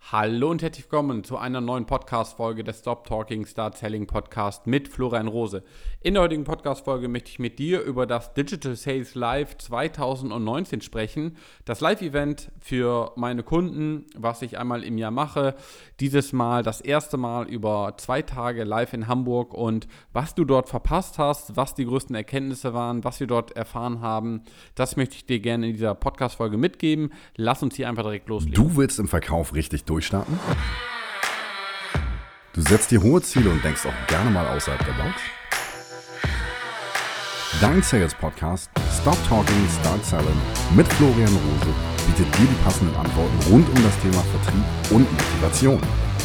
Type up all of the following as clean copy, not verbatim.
Hallo und herzlich willkommen zu einer neuen Podcast-Folge des Stop Talking, Start Selling Podcast mit Florian Rose. In der heutigen Podcast-Folge möchte ich mit dir über das Digital Sales Live 2019 sprechen. Das Live-Event für meine Kunden, was ich einmal im Jahr mache. Dieses Mal das erste Mal über 2 Tage live in Hamburg und was du dort verpasst hast, was die größten Erkenntnisse waren, was wir dort erfahren haben, das möchte ich dir gerne in dieser Podcast-Folge mitgeben. Lass uns hier einfach direkt loslegen. Du willst im Verkauf richtig durchstarten? Du setzt dir hohe Ziele und denkst auch gerne mal außerhalb der Box? Dein Sales-Podcast Stop Talking, Start Selling mit Florian Rose bietet dir die passenden Antworten rund um das Thema Vertrieb und Motivation.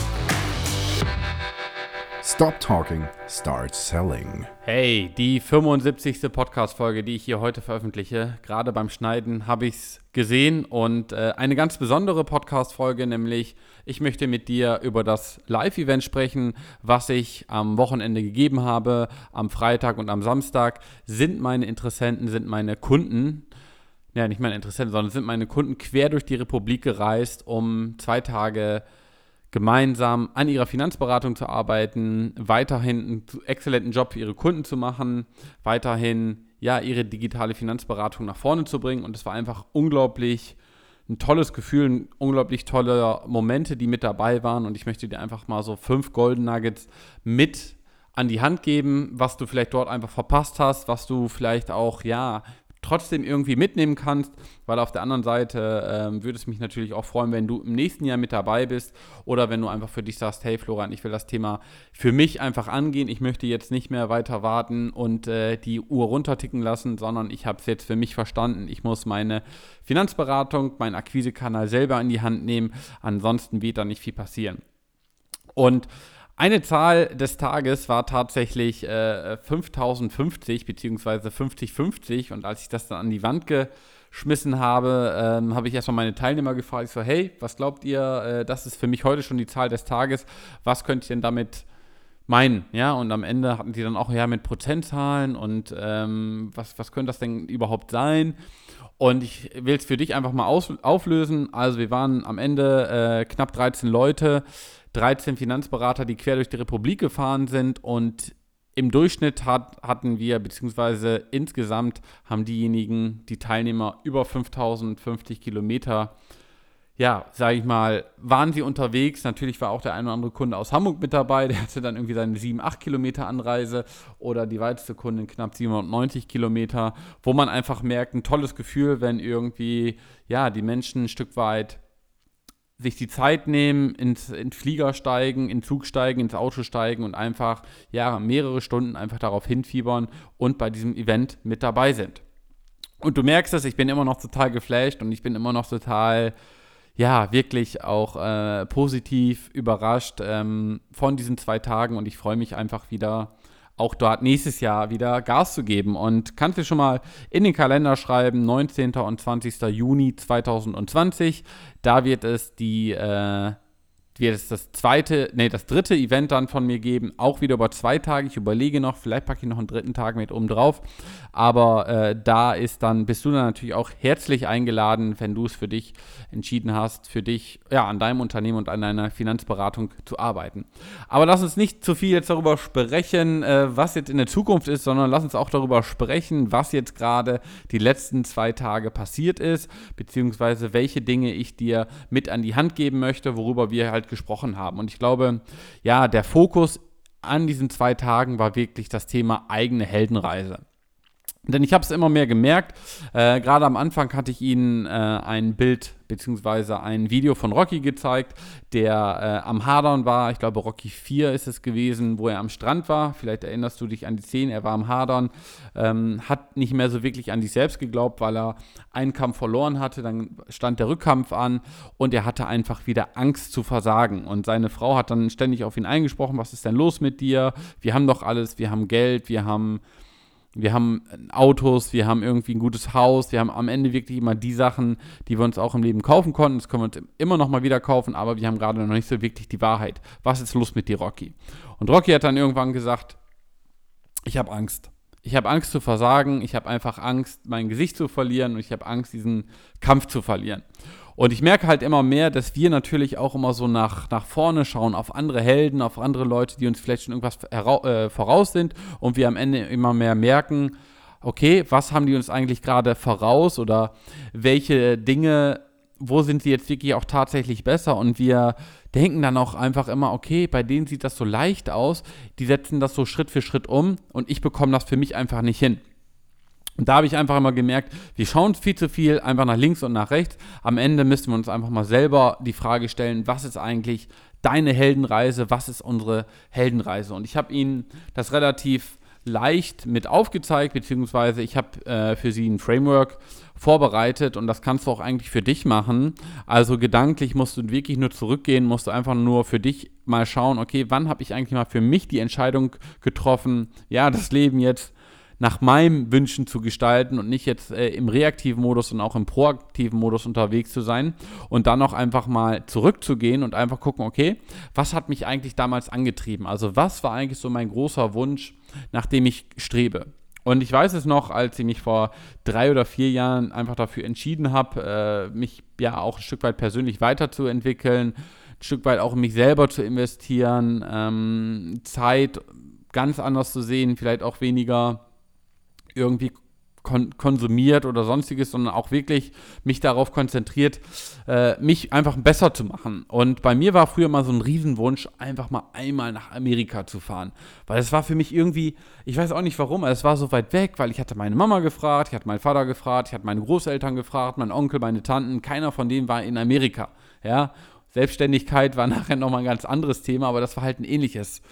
Stop Talking, Start Selling. Hey, die 75. Podcast-Folge, die ich hier heute veröffentliche. Gerade beim Schneiden habe ich es gesehen und eine ganz besondere Podcast-Folge, nämlich ich möchte mit dir über das Live-Event sprechen, was ich am Wochenende gegeben habe, am Freitag und am Samstag. Sind meine Interessenten, sind meine Kunden, ja nicht meine Interessenten, sondern sind meine Kunden quer durch die Republik gereist, um 2 Tage gemeinsam an ihrer Finanzberatung zu arbeiten, weiterhin einen exzellenten Job für ihre Kunden zu machen, weiterhin ihre digitale Finanzberatung nach vorne zu bringen. Und es war einfach unglaublich ein tolles Gefühl, unglaublich tolle Momente, die mit dabei waren. Und ich möchte dir einfach mal so 5 Golden Nuggets mit an die Hand geben, was du vielleicht dort einfach verpasst hast, was du vielleicht auch, trotzdem irgendwie mitnehmen kannst, weil auf der anderen Seite würde es mich natürlich auch freuen, wenn du im nächsten Jahr mit dabei bist oder wenn du einfach für dich sagst, hey Florian, ich will das Thema für mich einfach angehen, ich möchte jetzt nicht mehr weiter warten und die Uhr runterticken lassen, sondern ich habe es jetzt für mich verstanden, ich muss meine Finanzberatung, meinen Akquisekanal selber in die Hand nehmen, ansonsten wird da nicht viel passieren. Und eine Zahl des Tages war tatsächlich 5050 bzw. 5050 und als ich das dann an die Wand geschmissen habe, habe ich erstmal meine Teilnehmer gefragt, ich so, hey, was glaubt ihr, das ist für mich heute schon die Zahl des Tages, was könnt ihr denn damit meinen? Ja, und am Ende hatten die dann auch mit Prozentzahlen und was könnte das denn überhaupt sein? Und ich will es für dich einfach mal auflösen. Also wir waren am Ende knapp 13 Leute, 13 Finanzberater, die quer durch die Republik gefahren sind und im Durchschnitt hatten wir, beziehungsweise insgesamt haben die Teilnehmer über 5050 Kilometer, sage ich mal, waren sie unterwegs. Natürlich war auch der ein oder andere Kunde aus Hamburg mit dabei, der hatte dann irgendwie seine 7-8 Kilometer Anreise oder die weiteste Kundin knapp 790 Kilometer, wo man einfach merkt, ein tolles Gefühl, wenn irgendwie, die Menschen ein Stück weit sich die Zeit nehmen, ins Flieger steigen, in den Zug steigen, ins Auto steigen und einfach, mehrere Stunden einfach darauf hinfiebern und bei diesem Event mit dabei sind. Und du merkst es, ich bin immer noch total geflasht und ich bin immer noch total, wirklich auch positiv überrascht von diesen 2 Tagen und ich freue mich einfach wieder, auch dort nächstes Jahr wieder Gas zu geben und kannst du schon mal in den Kalender schreiben, 19. und 20. Juni 2020, da wird es das dritte Event dann von mir geben, auch wieder über 2 Tage, ich überlege noch, vielleicht packe ich noch einen 3. Tag mit oben drauf, aber bist du dann natürlich auch herzlich eingeladen, wenn du es für dich entschieden hast, für dich, an deinem Unternehmen und an deiner Finanzberatung zu arbeiten. Aber lass uns nicht zu viel jetzt darüber sprechen, was jetzt in der Zukunft ist, sondern lass uns auch darüber sprechen, was jetzt gerade die letzten 2 Tage passiert ist, beziehungsweise welche Dinge ich dir mit an die Hand geben möchte, worüber wir halt gesprochen haben. Und ich glaube, der Fokus an diesen 2 Tagen war wirklich das Thema eigene Heldenreise. Denn ich habe es immer mehr gemerkt, gerade am Anfang hatte ich Ihnen ein Bild bzw. ein Video von Rocky gezeigt, der am Hadern war. Ich glaube, Rocky 4 ist es gewesen, wo er am Strand war. Vielleicht erinnerst du dich an die Szene, er war am Hadern, hat nicht mehr so wirklich an sich selbst geglaubt, weil er einen Kampf verloren hatte. Dann stand der Rückkampf an und er hatte einfach wieder Angst zu versagen. Und seine Frau hat dann ständig auf ihn eingesprochen, was ist denn los mit dir? Wir haben doch alles, wir haben Geld, wir haben Autos, wir haben irgendwie ein gutes Haus, wir haben am Ende wirklich immer die Sachen, die wir uns auch im Leben kaufen konnten. Das können wir uns immer noch mal wieder kaufen, aber wir haben gerade noch nicht so wirklich die Wahrheit. Was ist los mit dir, Rocky? Und Rocky hat dann irgendwann gesagt, ich habe Angst. Ich habe Angst zu versagen, ich habe einfach Angst, mein Gesicht zu verlieren und ich habe Angst, diesen Kampf zu verlieren. Und ich merke halt immer mehr, dass wir natürlich auch immer so nach vorne schauen, auf andere Helden, auf andere Leute, die uns vielleicht schon irgendwas voraus sind und wir am Ende immer mehr merken, okay, was haben die uns eigentlich gerade voraus oder welche Dinge, wo sind sie jetzt wirklich auch tatsächlich besser, und wir denken dann auch einfach immer, okay, bei denen sieht das so leicht aus, die setzen das so Schritt für Schritt um und ich bekomme das für mich einfach nicht hin. Und da habe ich einfach immer gemerkt, wir schauen viel zu viel einfach nach links und nach rechts. Am Ende müssen wir uns einfach mal selber die Frage stellen, was ist eigentlich deine Heldenreise, was ist unsere Heldenreise? Und ich habe Ihnen das relativ leicht mit aufgezeigt, beziehungsweise ich habe für Sie ein Framework vorbereitet und das kannst du auch eigentlich für dich machen. Also gedanklich musst du wirklich nur zurückgehen, musst du einfach nur für dich mal schauen, okay, wann habe ich eigentlich mal für mich die Entscheidung getroffen, ja, das Leben jetzt nach meinen Wünschen zu gestalten und nicht jetzt im reaktiven Modus und auch im proaktiven Modus unterwegs zu sein und dann auch einfach mal zurückzugehen und einfach gucken, okay, was hat mich eigentlich damals angetrieben? Also was war eigentlich so mein großer Wunsch, nach dem ich strebe? Und ich weiß es noch, als ich mich vor 3 oder 4 Jahren einfach dafür entschieden habe, mich ja auch ein Stück weit persönlich weiterzuentwickeln, ein Stück weit auch in mich selber zu investieren, Zeit ganz anders zu sehen, vielleicht auch weniger irgendwie konsumiert oder sonstiges, sondern auch wirklich mich darauf konzentriert, mich einfach besser zu machen. Und bei mir war früher mal so ein Riesenwunsch, einfach mal einmal nach Amerika zu fahren. Weil es war für mich irgendwie, ich weiß auch nicht warum, aber es war so weit weg, weil ich hatte meine Mama gefragt, ich hatte meinen Vater gefragt, ich hatte meine Großeltern gefragt, mein Onkel, meine Tanten, keiner von denen war in Amerika. Ja, Selbstständigkeit war nachher nochmal ein ganz anderes Thema, aber das war halt ein ähnliche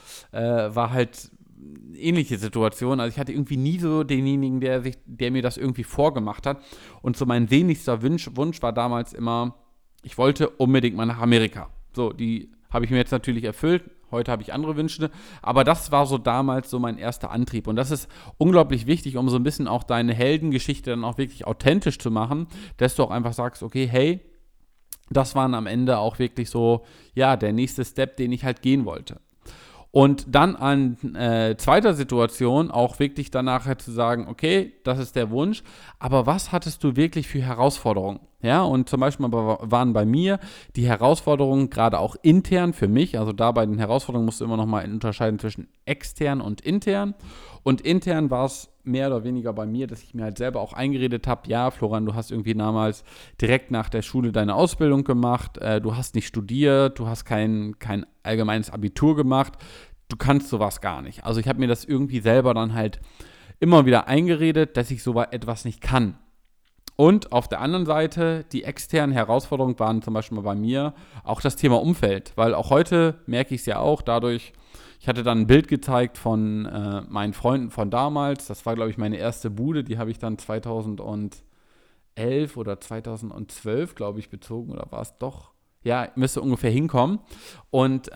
Situation. Also ich hatte irgendwie nie so denjenigen, der mir das irgendwie vorgemacht hat. Und so mein sehnlichster Wunsch war damals immer, ich wollte unbedingt mal nach Amerika. So, die habe ich mir jetzt natürlich erfüllt. Heute habe ich andere Wünsche. Aber das war so damals so mein erster Antrieb. Und das ist unglaublich wichtig, um so ein bisschen auch deine Heldengeschichte dann auch wirklich authentisch zu machen, dass du auch einfach sagst, okay, hey, das waren am Ende auch wirklich so, ja, der nächste Step, den ich halt gehen wollte. Und dann an zweiter Situation auch wirklich danach zu sagen, okay, das ist der Wunsch, aber was hattest du wirklich für Herausforderungen? Ja, und zum Beispiel waren bei mir die Herausforderungen gerade auch intern für mich, also da bei den Herausforderungen musst du immer nochmal unterscheiden zwischen extern und intern. Und intern war es mehr oder weniger bei mir, dass ich mir halt selber auch eingeredet habe, ja, Florian, du hast irgendwie damals direkt nach der Schule deine Ausbildung gemacht, du hast nicht studiert, du hast kein allgemeines Abitur gemacht, du kannst sowas gar nicht. Also ich habe mir das irgendwie selber dann halt immer wieder eingeredet, dass ich so etwas nicht kann. Und auf der anderen Seite, die externen Herausforderungen waren zum Beispiel bei mir auch das Thema Umfeld, weil auch heute merke ich es ja auch dadurch, ich hatte dann ein Bild gezeigt von meinen Freunden von damals, das war glaube ich meine erste Bude, die habe ich dann 2011 oder 2012 glaube ich bezogen, oder war es doch? Ja, müsste ungefähr hinkommen. Und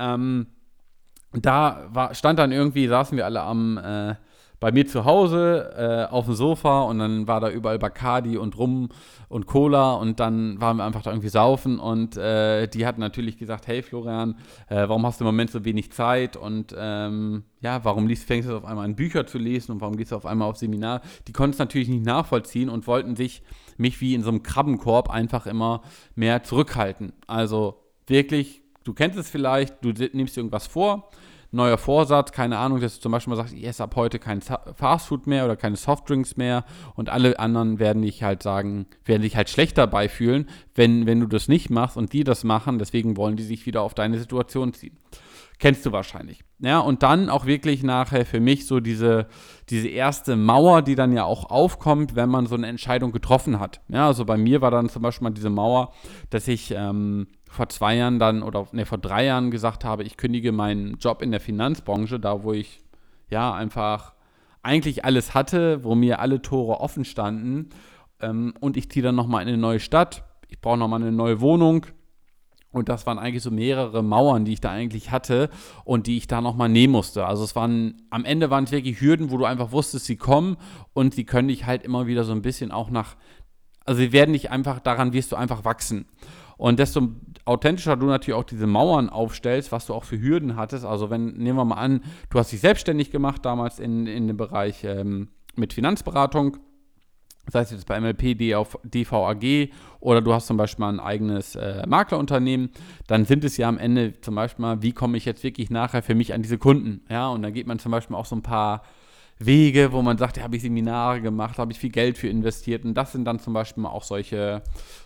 stand dann irgendwie, saßen wir alle bei mir zu Hause auf dem Sofa und dann war da überall Bacardi und Rum und Cola und dann waren wir einfach da irgendwie saufen und die hatten natürlich gesagt, hey Florian, warum hast du im Moment so wenig Zeit und warum fängst du auf einmal an Bücher zu lesen und warum gehst du auf einmal auf Seminar? Die konnten es natürlich nicht nachvollziehen und wollten mich wie in so einem Krabbenkorb einfach immer mehr zurückhalten. Also wirklich, du kennst es vielleicht, du nimmst dir irgendwas vor, neuer Vorsatz, keine Ahnung, dass du zum Beispiel mal sagst, ich esse ab heute kein Fastfood mehr oder keine Softdrinks mehr und alle anderen werden sich halt schlecht dabei fühlen, wenn du das nicht machst und die das machen, deswegen wollen die sich wieder auf deine Situation ziehen. Kennst du wahrscheinlich. Ja, und dann auch wirklich nachher für mich so diese erste Mauer, die dann ja auch aufkommt, wenn man so eine Entscheidung getroffen hat. Ja, also bei mir war dann zum Beispiel mal diese Mauer, dass ich vor 3 Jahren gesagt habe, ich kündige meinen Job in der Finanzbranche, da wo ich ja einfach eigentlich alles hatte, wo mir alle Tore offen standen und ich ziehe dann nochmal in eine neue Stadt, ich brauche nochmal eine neue Wohnung und das waren eigentlich so mehrere Mauern, die ich da eigentlich hatte und die ich da nochmal nehmen musste. Also am Ende waren es wirklich Hürden, wo du einfach wusstest, sie kommen und sie können dich halt immer wieder so ein bisschen auch also sie werden nicht einfach, daran wirst du einfach wachsen. Und desto authentischer du natürlich auch diese Mauern aufstellst, was du auch für Hürden hattest. Also nehmen wir mal an, du hast dich selbstständig gemacht damals in dem Bereich mit Finanzberatung sei es jetzt bei MLP, DVAG oder du hast zum Beispiel mal ein eigenes Maklerunternehmen, dann sind es ja am Ende zum Beispiel mal, wie komme ich jetzt wirklich nachher für mich an diese Kunden? Ja, und dann geht man zum Beispiel auch so ein paar Wege, wo man sagt, ja, habe ich Seminare gemacht, habe ich viel Geld für investiert und das sind dann zum Beispiel mal auch solche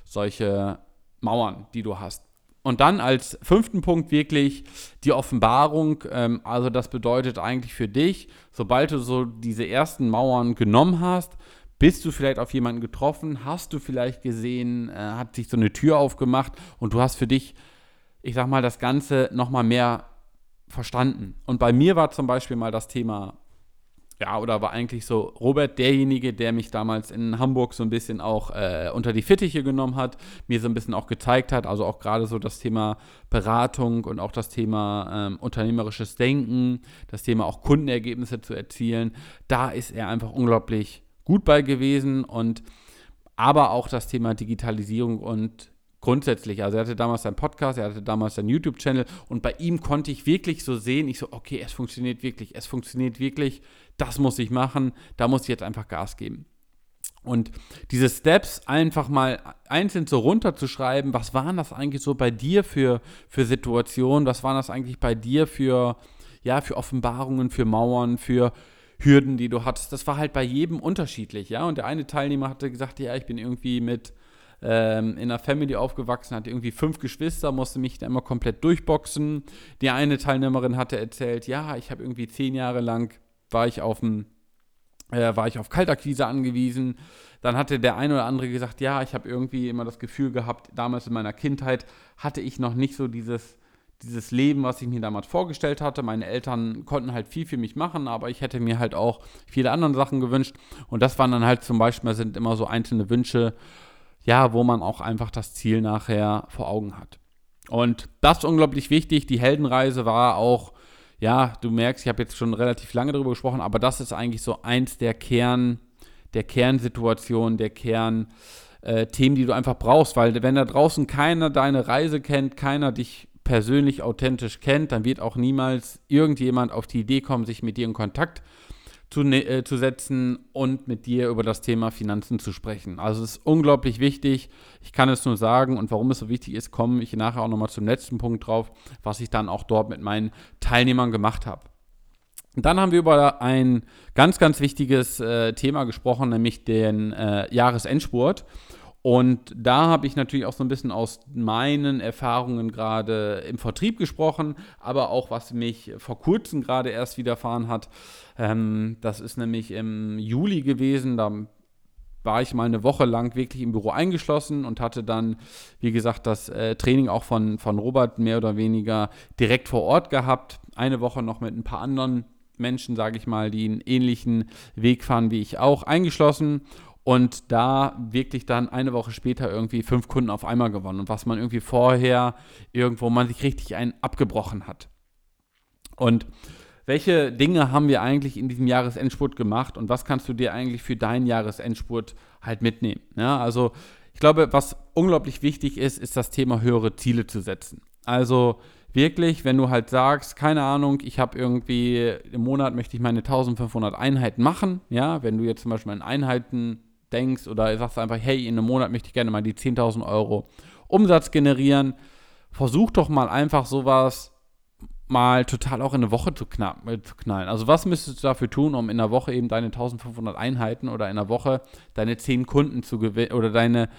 Mauern, die du hast. Und dann als 5. Punkt wirklich die Offenbarung, also das bedeutet eigentlich für dich, sobald du so diese ersten Mauern genommen hast, bist du vielleicht auf jemanden getroffen, hast du vielleicht gesehen, hat sich so eine Tür aufgemacht und du hast für dich, ich sag mal, das Ganze nochmal mehr verstanden. Und bei mir war zum Beispiel mal das Thema, ja, oder war eigentlich so Robert derjenige, der mich damals in Hamburg so ein bisschen auch unter die Fittiche genommen hat, mir so ein bisschen auch gezeigt hat, also auch gerade so das Thema Beratung und auch das Thema unternehmerisches Denken, das Thema auch Kundenergebnisse zu erzielen, da ist er einfach unglaublich gut bei gewesen und aber auch das Thema Digitalisierung und grundsätzlich, also er hatte damals seinen Podcast, er hatte damals seinen YouTube-Channel und bei ihm konnte ich wirklich so sehen, ich so, okay, es funktioniert wirklich, das muss ich machen, da muss ich jetzt einfach Gas geben. Und diese Steps einfach mal einzeln so runterzuschreiben, was waren das eigentlich so bei dir für Situationen, was waren das eigentlich bei dir für Offenbarungen, für Mauern, für Hürden, die du hattest, das war halt bei jedem unterschiedlich, ja, und der eine Teilnehmer hatte gesagt, ja, ich bin irgendwie mit in einer Family aufgewachsen, hatte irgendwie 5 Geschwister, musste mich da immer komplett durchboxen. Die eine Teilnehmerin hatte erzählt, ja, ich habe irgendwie 10 Jahre lang, war ich auf Kaltakquise angewiesen. Dann hatte der eine oder andere gesagt, ja, ich habe irgendwie immer das Gefühl gehabt, damals in meiner Kindheit hatte ich noch nicht so dieses Leben, was ich mir damals vorgestellt hatte. Meine Eltern konnten halt viel für mich machen, aber ich hätte mir halt auch viele andere Sachen gewünscht. Und das waren dann halt zum Beispiel, sind immer so einzelne Wünsche, ja, wo man auch einfach das Ziel nachher vor Augen hat. Und das ist unglaublich wichtig. Die Heldenreise war auch, ja, du merkst, ich habe jetzt schon relativ lange darüber gesprochen, aber das ist eigentlich so eins der Kernsituationen, der Kernthemen, die du einfach brauchst, weil wenn da draußen keiner deine Reise kennt, keiner dich persönlich authentisch kennt, dann wird auch niemals irgendjemand auf die Idee kommen, sich mit dir in Kontakt zu setzen und mit dir über das Thema Finanzen zu sprechen. Also es ist unglaublich wichtig, ich kann es nur sagen und warum es so wichtig ist, komme ich nachher auch nochmal zum letzten Punkt drauf, was ich dann auch dort mit meinen Teilnehmern gemacht habe. Und dann haben wir über ein ganz, ganz wichtiges Thema gesprochen, nämlich den Jahresendspurt. Und da habe ich natürlich auch so ein bisschen aus meinen Erfahrungen gerade im Vertrieb gesprochen, aber auch was mich vor kurzem gerade erst widerfahren hat. Das ist nämlich im Juli gewesen, da war ich mal eine Woche lang wirklich im Büro eingeschlossen und hatte dann, wie gesagt, das Training auch von Robert mehr oder weniger direkt vor Ort gehabt. Eine Woche noch mit ein paar anderen Menschen, sage ich mal, die einen ähnlichen Weg fahren wie ich auch, eingeschlossen. Und da wirklich dann eine Woche später irgendwie 5 Kunden auf einmal gewonnen. Und was man irgendwie vorher irgendwo man sich richtig einen abgebrochen hat. Und welche Dinge haben wir eigentlich in diesem Jahresendspurt gemacht und was kannst du dir eigentlich für deinen Jahresendspurt halt mitnehmen? Ja, also ich glaube, was unglaublich wichtig ist, ist das Thema höhere Ziele zu setzen. Also wirklich, wenn du halt sagst, keine Ahnung, ich habe irgendwie im Monat möchte ich meine 1500 Einheiten machen. Ja, wenn du jetzt zum Beispiel an Einheiten denkst oder sagst einfach, hey, in einem Monat möchte ich gerne mal die 10.000 Euro Umsatz generieren, versuch doch mal einfach sowas mal total auch in eine Woche zu knallen. Also was müsstest du dafür tun, um in der Woche eben deine 1500 Einheiten oder in der Woche deine 10 Kunden zu gewinnen oder deine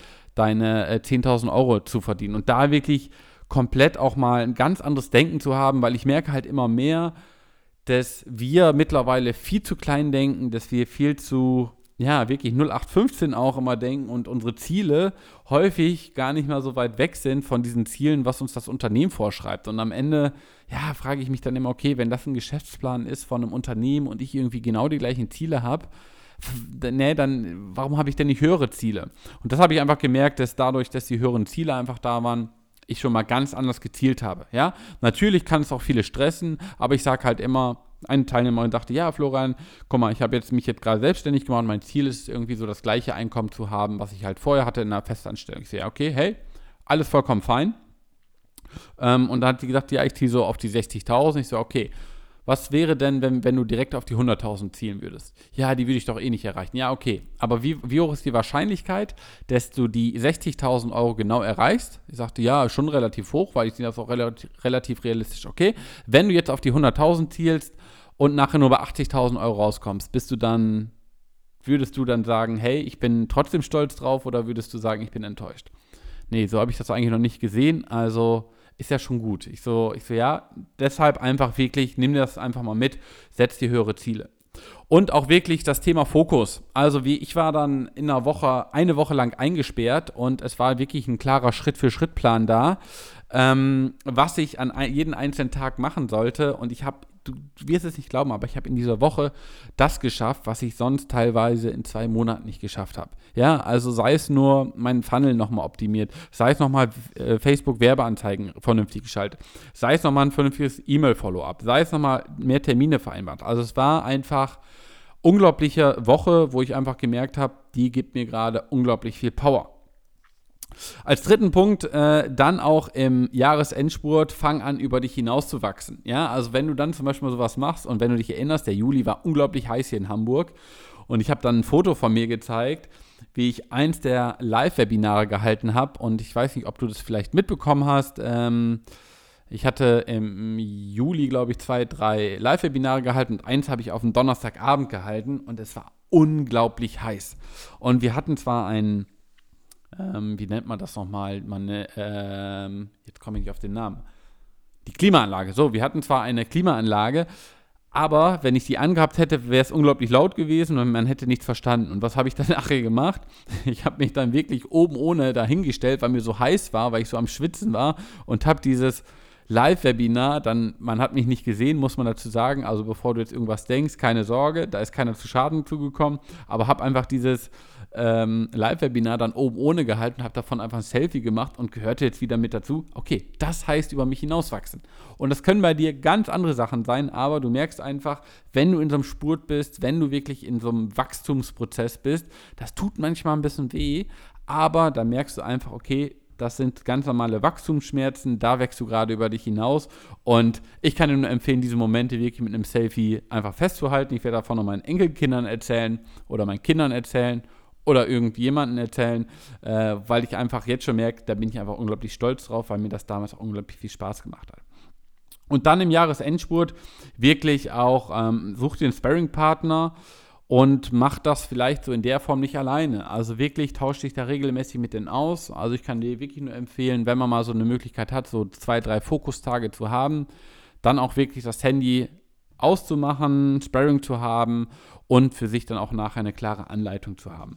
10.000 Euro zu verdienen und da wirklich komplett auch mal ein ganz anderes Denken zu haben, weil ich merke halt immer mehr, dass wir mittlerweile viel zu klein denken, dass wir viel zu wirklich 0815 auch immer denken und unsere Ziele häufig gar nicht mal so weit weg sind von diesen Zielen, was uns das Unternehmen vorschreibt. Und am Ende, frage ich mich dann immer, okay, wenn das ein Geschäftsplan ist von einem Unternehmen und ich irgendwie genau die gleichen Ziele habe, dann warum habe ich denn nicht höhere Ziele? Und das habe ich einfach gemerkt, dass dadurch, dass die höheren Ziele einfach da waren, ich schon mal ganz anders gezielt habe. Ja, natürlich kann es auch viele stressen, aber ich sage halt immer, eine Teilnehmerin dachte, ja, Florian, guck mal, ich habe mich jetzt gerade selbstständig gemacht und mein Ziel ist irgendwie so das gleiche Einkommen zu haben, was ich halt vorher hatte in einer Festanstellung. Ich sehe, okay, hey, alles vollkommen fein. Und dann hat sie gesagt, ja, ich ziehe so auf die 60.000. Ich so, okay, was wäre denn, wenn du direkt auf die 100.000 zielen würdest? Ja, die würde ich doch eh nicht erreichen. Ja, okay. Aber wie hoch ist die Wahrscheinlichkeit, dass du die 60.000 Euro genau erreichst? Ich sagte, ja, schon relativ hoch, weil ich sehe das auch relativ realistisch. Okay, wenn du jetzt auf die 100.000 zielst und nachher nur bei 80.000 Euro rauskommst, würdest du dann sagen, hey, ich bin trotzdem stolz drauf, oder würdest du sagen, ich bin enttäuscht? Nee, so habe ich das eigentlich noch nicht gesehen, also ist ja schon gut. Ich so, ja, deshalb einfach wirklich, nimm dir das einfach mal mit, setz dir höhere Ziele. Und auch wirklich das Thema Fokus. Also ich war dann in einer Woche, eine Woche lang eingesperrt, und es war wirklich ein klarer Schritt-für-Schritt-Plan da, was ich an jeden einzelnen Tag machen sollte. Und du wirst es nicht glauben, aber ich habe in dieser Woche das geschafft, was ich sonst teilweise in 2 Monaten nicht geschafft habe. Ja, also sei es nur meinen Funnel nochmal optimiert, sei es nochmal Facebook-Werbeanzeigen vernünftig geschaltet, sei es nochmal ein vernünftiges E-Mail-Follow-up, sei es nochmal mehr Termine vereinbart. Also es war einfach unglaubliche Woche, wo ich einfach gemerkt habe, die gibt mir gerade unglaublich viel Power. Als dritten Punkt, dann auch im Jahresendspurt, fang an, über dich hinauszuwachsen. Ja, also wenn du dann zum Beispiel mal sowas machst, und wenn du dich erinnerst, der Juli war unglaublich heiß hier in Hamburg, und ich habe dann ein Foto von mir gezeigt, wie ich eins der Live-Webinare gehalten habe, und ich weiß nicht, ob du das vielleicht mitbekommen hast. Ich hatte im Juli, glaube ich, 2, 3 Live-Webinare gehalten, und eins habe ich auf den Donnerstagabend gehalten, und es war unglaublich heiß. Und wir hatten zwar wie nennt man das nochmal? Jetzt komme ich nicht auf den Namen. Die Klimaanlage. So, wir hatten zwar eine Klimaanlage, aber wenn ich die angehabt hätte, wäre es unglaublich laut gewesen und man hätte nichts verstanden. Und was habe ich dann nachher gemacht? Ich habe mich dann wirklich oben ohne dahingestellt, weil mir so heiß war, weil ich so am Schwitzen war, und habe dieses Live-Webinar, man hat mich nicht gesehen, muss man dazu sagen, also bevor du jetzt irgendwas denkst, keine Sorge, da ist keiner zu Schaden zugekommen, aber habe einfach dieses Live-Webinar dann oben ohne gehalten, habe davon einfach ein Selfie gemacht und gehörte jetzt wieder mit dazu. Okay, das heißt über mich hinauswachsen. Und das können bei dir ganz andere Sachen sein, aber du merkst einfach, wenn du in so einem Spurt bist, wenn du wirklich in so einem Wachstumsprozess bist, das tut manchmal ein bisschen weh, aber da merkst du einfach, okay, das sind ganz normale Wachstumsschmerzen, da wächst du gerade über dich hinaus, und ich kann dir nur empfehlen, diese Momente wirklich mit einem Selfie einfach festzuhalten. Ich werde davon noch meinen Enkelkindern erzählen oder meinen Kindern erzählen oder irgendjemanden erzählen, weil ich einfach jetzt schon merke, da bin ich einfach unglaublich stolz drauf, weil mir das damals auch unglaublich viel Spaß gemacht hat. Und dann im Jahresendspurt wirklich auch, such dir einen Sparring-Partner und mach das vielleicht so in der Form nicht alleine. Also wirklich tausch dich da regelmäßig mit denen aus. Also ich kann dir wirklich nur empfehlen, wenn man mal so eine Möglichkeit hat, so 2, 3 Fokustage zu haben, dann auch wirklich das Handy auszumachen, Sparring zu haben und für sich dann auch nachher eine klare Anleitung zu haben.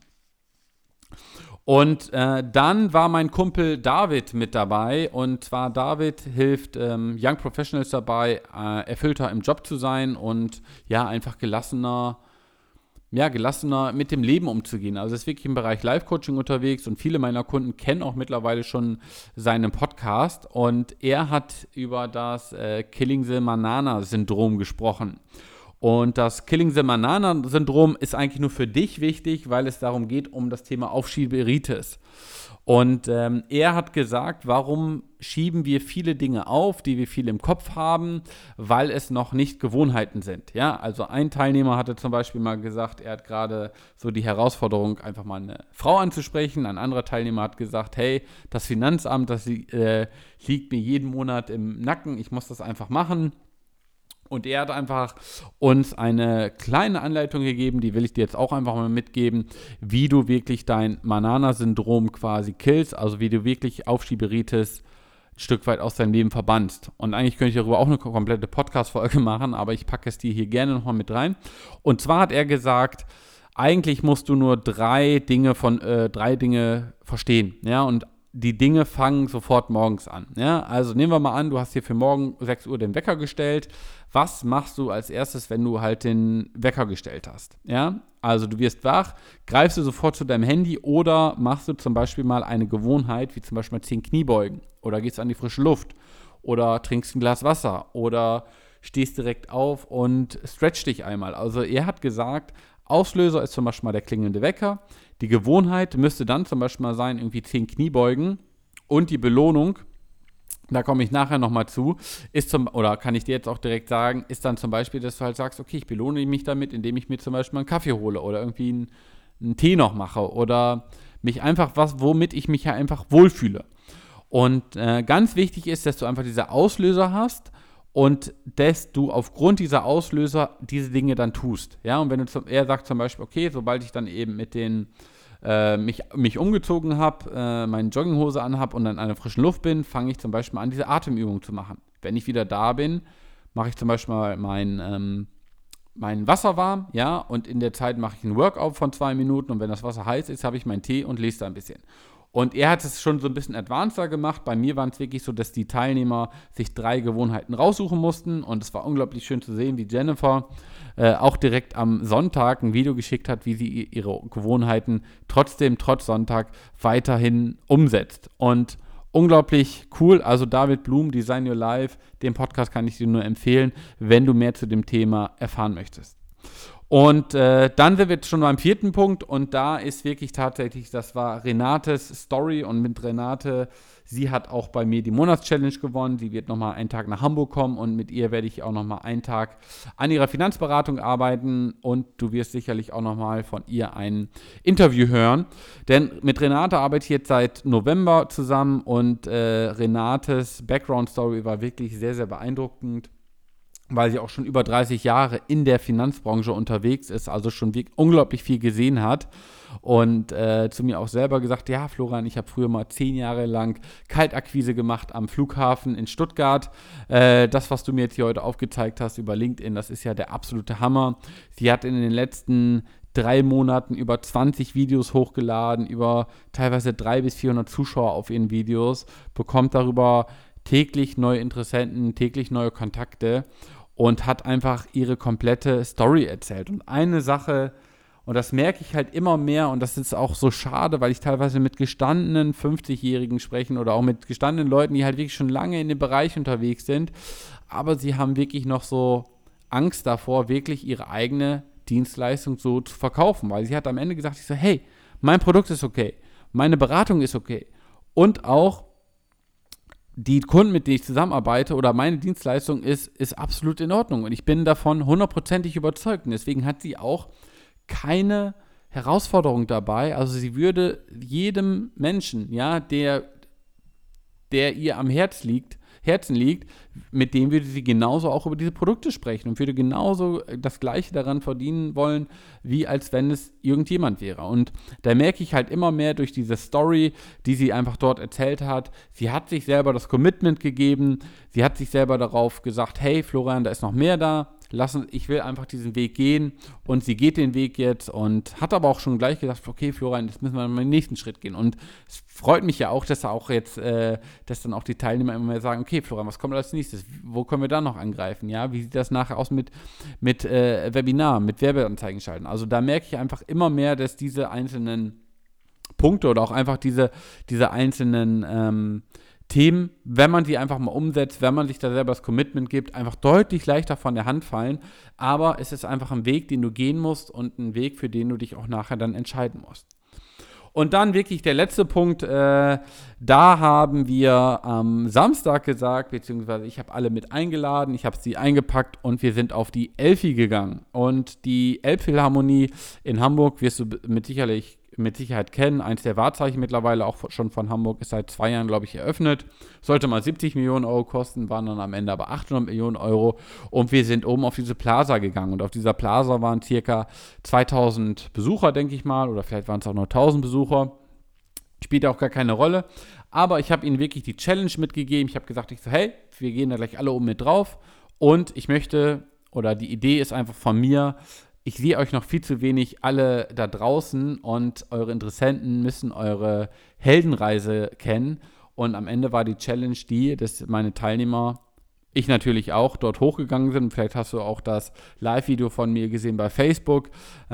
Und dann war mein Kumpel David mit dabei, und zwar David hilft Young Professionals dabei, erfüllter im Job zu sein und ja, einfach gelassener mit dem Leben umzugehen. Also ist wirklich im Bereich Life-Coaching unterwegs, und viele meiner Kunden kennen auch mittlerweile schon seinen Podcast, und er hat über das Killing the Banana-Syndrom gesprochen. Und das Killing the Banana-Syndrom ist eigentlich nur für dich wichtig, weil es darum geht, um das Thema Aufschieberitis. Und er hat gesagt, warum schieben wir viele Dinge auf, die wir viel im Kopf haben, weil es noch nicht Gewohnheiten sind. Ja, also ein Teilnehmer hatte zum Beispiel mal gesagt, er hat gerade so die Herausforderung, einfach mal eine Frau anzusprechen. Ein anderer Teilnehmer hat gesagt, hey, das Finanzamt, das liegt mir jeden Monat im Nacken, ich muss das einfach machen. Und er hat einfach uns eine kleine Anleitung gegeben, die will ich dir jetzt auch einfach mal mitgeben, wie du wirklich dein Banana-Syndrom quasi killst, also wie du wirklich Aufschieberitis ein Stück weit aus deinem Leben verbannst. Und eigentlich könnte ich darüber auch eine komplette Podcast-Folge machen, aber ich packe es dir hier gerne nochmal mit rein. Und zwar hat er gesagt, eigentlich musst du nur 3 Dinge verstehen, ja, und die Dinge fangen sofort morgens an. Ja? Also nehmen wir mal an, du hast hier für morgen 6 Uhr den Wecker gestellt. Was machst du als erstes, wenn du halt den Wecker gestellt hast? Ja? Also du wirst wach, greifst du sofort zu deinem Handy oder machst du zum Beispiel mal eine Gewohnheit, wie zum Beispiel 10 Kniebeugen, oder gehst an die frische Luft oder trinkst ein Glas Wasser oder stehst direkt auf und stretch dich einmal. Also er hat gesagt, Auslöser ist zum Beispiel mal der klingelnde Wecker. Die Gewohnheit müsste dann zum Beispiel mal sein, irgendwie 10 Kniebeugen, und die Belohnung da komme ich nachher nochmal zu, oder kann ich dir jetzt auch direkt sagen, ist dann zum Beispiel, dass du halt sagst, okay, ich belohne mich damit, indem ich mir zum Beispiel einen Kaffee hole oder irgendwie einen Tee noch mache oder mich einfach womit ich mich ja einfach wohlfühle. Und ganz wichtig ist, dass du einfach diese Auslöser hast und dass du aufgrund dieser Auslöser diese Dinge dann tust. Ja, und wenn er sagt zum Beispiel, okay, sobald ich dann eben mit den mich umgezogen habe, meine Jogginghose anhabe und dann an der frischen Luft bin, fange ich zum Beispiel an, diese Atemübung zu machen. Wenn ich wieder da bin, mache ich zum Beispiel mal mein Wasser warm, ja, und in der Zeit mache ich einen Workout von 2 Minuten und wenn das Wasser heiß ist, habe ich meinen Tee und lese da ein bisschen. Und er hat es schon so ein bisschen advanceder gemacht. Bei mir war es wirklich so, dass die Teilnehmer sich 3 Gewohnheiten raussuchen mussten. Und es war unglaublich schön zu sehen, wie Jennifer auch direkt am Sonntag ein Video geschickt hat, wie sie ihre Gewohnheiten trotz Sonntag weiterhin umsetzt. Und unglaublich cool. Also David Blum, Design Your Life, den Podcast kann ich dir nur empfehlen, wenn du mehr zu dem Thema erfahren möchtest. Und dann sind wir jetzt schon beim 4. Punkt und da ist wirklich tatsächlich, das war Renates Story und mit Renate, sie hat auch bei mir die Monatschallenge gewonnen, sie wird nochmal einen Tag nach Hamburg kommen und mit ihr werde ich auch nochmal einen Tag an ihrer Finanzberatung arbeiten und du wirst sicherlich auch nochmal von ihr ein Interview hören, denn mit Renate arbeite ich jetzt seit November zusammen und Renates Background Story war wirklich sehr, sehr beeindruckend, weil sie auch schon über 30 Jahre in der Finanzbranche unterwegs ist, also schon unglaublich viel gesehen hat und zu mir auch selber gesagt, ja Florian, ich habe früher mal 10 Jahre lang Kaltakquise gemacht am Flughafen in Stuttgart. Das, was du mir jetzt hier heute aufgezeigt hast über LinkedIn, das ist ja der absolute Hammer. Sie hat in den letzten 3 Monaten über 20 Videos hochgeladen, über teilweise 300 bis 400 Zuschauer auf ihren Videos, bekommt darüber täglich neue Interessenten, täglich neue Kontakte und hat einfach ihre komplette Story erzählt. Und eine Sache, und das merke ich halt immer mehr, und das ist auch so schade, weil ich teilweise mit gestandenen 50-Jährigen spreche oder auch mit gestandenen Leuten, die halt wirklich schon lange in dem Bereich unterwegs sind, aber sie haben wirklich noch so Angst davor, wirklich ihre eigene Dienstleistung so zu verkaufen, weil sie hat am Ende gesagt, ich so, hey, mein Produkt ist okay, meine Beratung ist okay und auch die Kunden, mit denen ich zusammenarbeite oder meine Dienstleistung ist absolut in Ordnung und ich bin davon 100%ig überzeugt und deswegen hat sie auch keine Herausforderung dabei, also sie würde jedem Menschen, ja, der ihr am Herzen liegt, mit dem würde sie genauso auch über diese Produkte sprechen und würde genauso das Gleiche daran verdienen wollen, wie als wenn es irgendjemand wäre. Und da merke ich halt immer mehr durch diese Story, die sie einfach dort erzählt hat, sie hat sich selber das Commitment gegeben, sie hat sich selber darauf gesagt, hey Florian, da ist noch mehr da, ich will einfach diesen Weg gehen und sie geht den Weg jetzt und hat aber auch schon gleich gesagt, okay Florian, jetzt müssen wir mal den nächsten Schritt gehen und es freut mich ja auch, dass auch jetzt, dass dann auch die Teilnehmer immer mehr sagen, okay Florian, was kommt als nächstes, wo können wir da noch angreifen, ja, wie sieht das nachher aus mit Webinar, mit Werbeanzeigen schalten, also da merke ich einfach immer mehr, dass diese einzelnen Punkte oder auch einfach diese einzelnen Themen, wenn man die einfach mal umsetzt, wenn man sich da selber das Commitment gibt, einfach deutlich leichter von der Hand fallen. Aber es ist einfach ein Weg, den du gehen musst und ein Weg, für den du dich auch nachher dann entscheiden musst. Und dann wirklich der letzte Punkt, da haben wir am Samstag gesagt, beziehungsweise ich habe alle mit eingeladen, ich habe sie eingepackt und wir sind auf die Elfi gegangen. Und die Elbphilharmonie in Hamburg wirst du mit Sicherheit kennen. Eins der Wahrzeichen mittlerweile auch schon von Hamburg ist seit 2 Jahren, glaube ich, eröffnet. Sollte mal 70 Millionen Euro kosten, waren dann am Ende aber 800 Millionen Euro. Und wir sind oben auf diese Plaza gegangen. Und auf dieser Plaza waren circa 2000 Besucher, denke ich mal. Oder vielleicht waren es auch nur 1000 Besucher. Spielt auch gar keine Rolle. Aber ich habe ihnen wirklich die Challenge mitgegeben. Ich habe gesagt, hey, wir gehen da gleich alle oben mit drauf. Und ich möchte, oder die Idee ist einfach von mir, ich sehe euch noch viel zu wenig alle da draußen und eure Interessenten müssen eure Heldenreise kennen. Und am Ende war die Challenge dass meine Teilnehmer, ich natürlich auch, dort hochgegangen sind. Vielleicht hast du auch das Live-Video von mir gesehen bei Facebook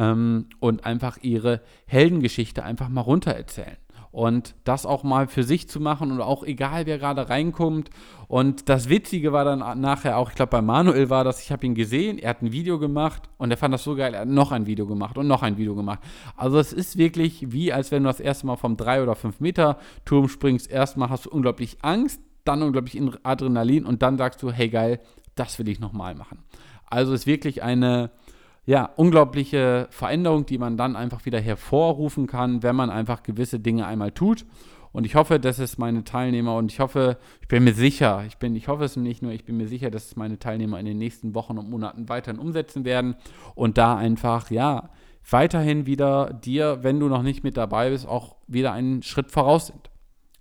und einfach ihre Heldengeschichte einfach mal runter erzählen. Und das auch mal für sich zu machen und auch egal, wer gerade reinkommt. Und das Witzige war dann nachher auch, ich glaube bei Manuel war das, ich habe ihn gesehen, er hat ein Video gemacht und er fand das so geil, er hat noch ein Video gemacht und noch ein Video gemacht. Also es ist wirklich wie, als wenn du das erste Mal vom 3 oder 5 Meter Turm springst. Erstmal hast du unglaublich Angst, dann unglaublich Adrenalin und dann sagst du, hey geil, das will ich nochmal machen. Also ist wirklich eine unglaubliche Veränderung, die man dann einfach wieder hervorrufen kann, wenn man einfach gewisse Dinge einmal tut. Und ich hoffe, dass es meine Teilnehmer und ich bin mir sicher, ich hoffe es nicht nur, ich bin mir sicher, dass es meine Teilnehmer in den nächsten Wochen und Monaten weiterhin umsetzen werden und da einfach, weiterhin wieder dir, wenn du noch nicht mit dabei bist, auch wieder einen Schritt voraus sind.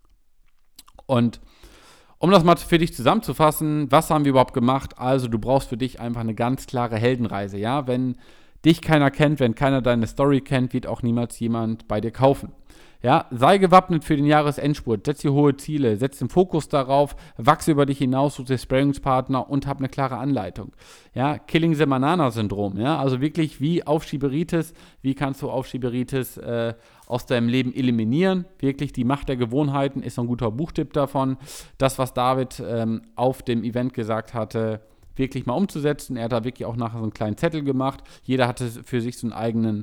Und um das mal für dich zusammenzufassen, was haben wir überhaupt gemacht? Also du brauchst für dich einfach eine ganz klare Heldenreise, ja? Wenn dich keiner kennt, wenn keiner deine Story kennt, wird auch niemals jemand bei dir kaufen. Ja, sei gewappnet für den Jahresendspurt, setz dir hohe Ziele, setz den Fokus darauf, wachse über dich hinaus, such dir Sparringspartner und hab eine klare Anleitung. Ja, Killing the Banana-Syndrom, ja, also wirklich wie Aufschieberitis, wie kannst du Aufschieberitis aus deinem Leben eliminieren? Wirklich die Macht der Gewohnheiten ist so ein guter Buchtipp davon. Das, was David auf dem Event gesagt hatte, wirklich mal umzusetzen. Er hat da wirklich auch nachher so einen kleinen Zettel gemacht. Jeder hatte für sich so eine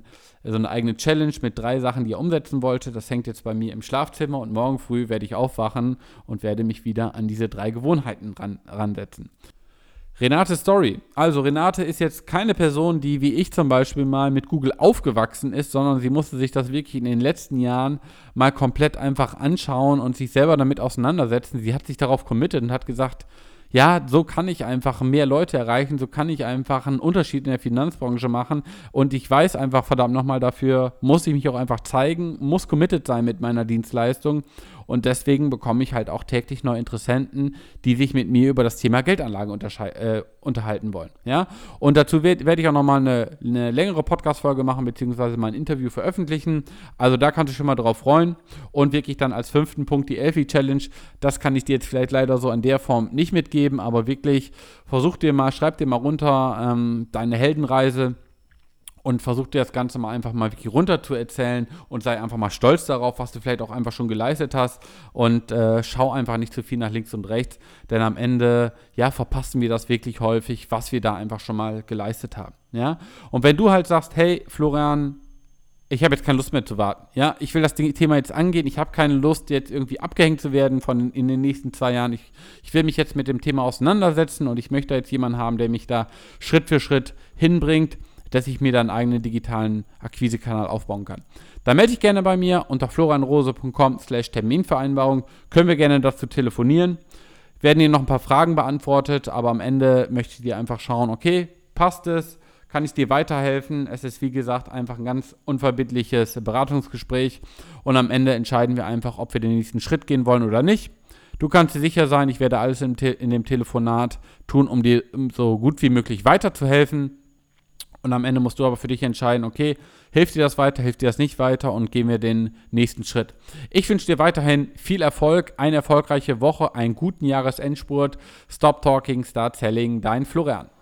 eigene Challenge mit 3 Sachen, die er umsetzen wollte. Das hängt jetzt bei mir im Schlafzimmer und morgen früh werde ich aufwachen und werde mich wieder an diese 3 Gewohnheiten ransetzen. Renates Story. Also Renate ist jetzt keine Person, die wie ich zum Beispiel mal mit Google aufgewachsen ist, sondern sie musste sich das wirklich in den letzten Jahren mal komplett einfach anschauen und sich selber damit auseinandersetzen. Sie hat sich darauf committed und hat gesagt, ja, so kann ich einfach mehr Leute erreichen, so kann ich einfach einen Unterschied in der Finanzbranche machen und ich weiß einfach, verdammt nochmal, dafür muss ich mich auch einfach zeigen, muss committed sein mit meiner Dienstleistung und deswegen bekomme ich halt auch täglich neue Interessenten, die sich mit mir über das Thema Geldanlage unterhalten wollen, ja, und dazu werde ich auch nochmal eine längere Podcast-Folge machen, beziehungsweise mal ein Interview veröffentlichen, also da kannst du schon mal drauf freuen und wirklich dann als 5. Punkt die Elfi-Challenge, das kann ich dir jetzt vielleicht leider so in der Form nicht mitgeben, aber wirklich schreib dir mal runter deine Heldenreise und versuch dir das Ganze mal einfach mal wirklich runter zu erzählen und sei einfach mal stolz darauf, was du vielleicht auch einfach schon geleistet hast und schau einfach nicht zu viel nach links und rechts, denn am Ende, verpassen wir das wirklich häufig, was wir da einfach schon mal geleistet haben, ja. Und wenn du halt sagst, hey, Florian, ich habe jetzt keine Lust mehr zu warten, ja, ich will das Thema jetzt angehen, ich habe keine Lust, jetzt irgendwie abgehängt zu werden in den nächsten 2 Jahren, ich will mich jetzt mit dem Thema auseinandersetzen und ich möchte jetzt jemanden haben, der mich da Schritt für Schritt hinbringt, dass ich mir dann einen eigenen digitalen Akquisekanal aufbauen kann. Dann melde dich gerne bei mir unter florianrose.com/Terminvereinbarung. Können wir gerne dazu telefonieren. Werden hier noch ein paar Fragen beantwortet, aber am Ende möchte ich dir einfach schauen, okay, passt es? Kann ich dir weiterhelfen? Es ist, wie gesagt, einfach ein ganz unverbindliches Beratungsgespräch und am Ende entscheiden wir einfach, ob wir den nächsten Schritt gehen wollen oder nicht. Du kannst dir sicher sein, ich werde alles in dem Telefonat tun, um dir so gut wie möglich weiterzuhelfen. Und am Ende musst du aber für dich entscheiden, okay, hilft dir das weiter, hilft dir das nicht weiter und gehen wir den nächsten Schritt. Ich wünsche dir weiterhin viel Erfolg, eine erfolgreiche Woche, einen guten Jahresendspurt. Stop Talking, Start Selling, dein Florian.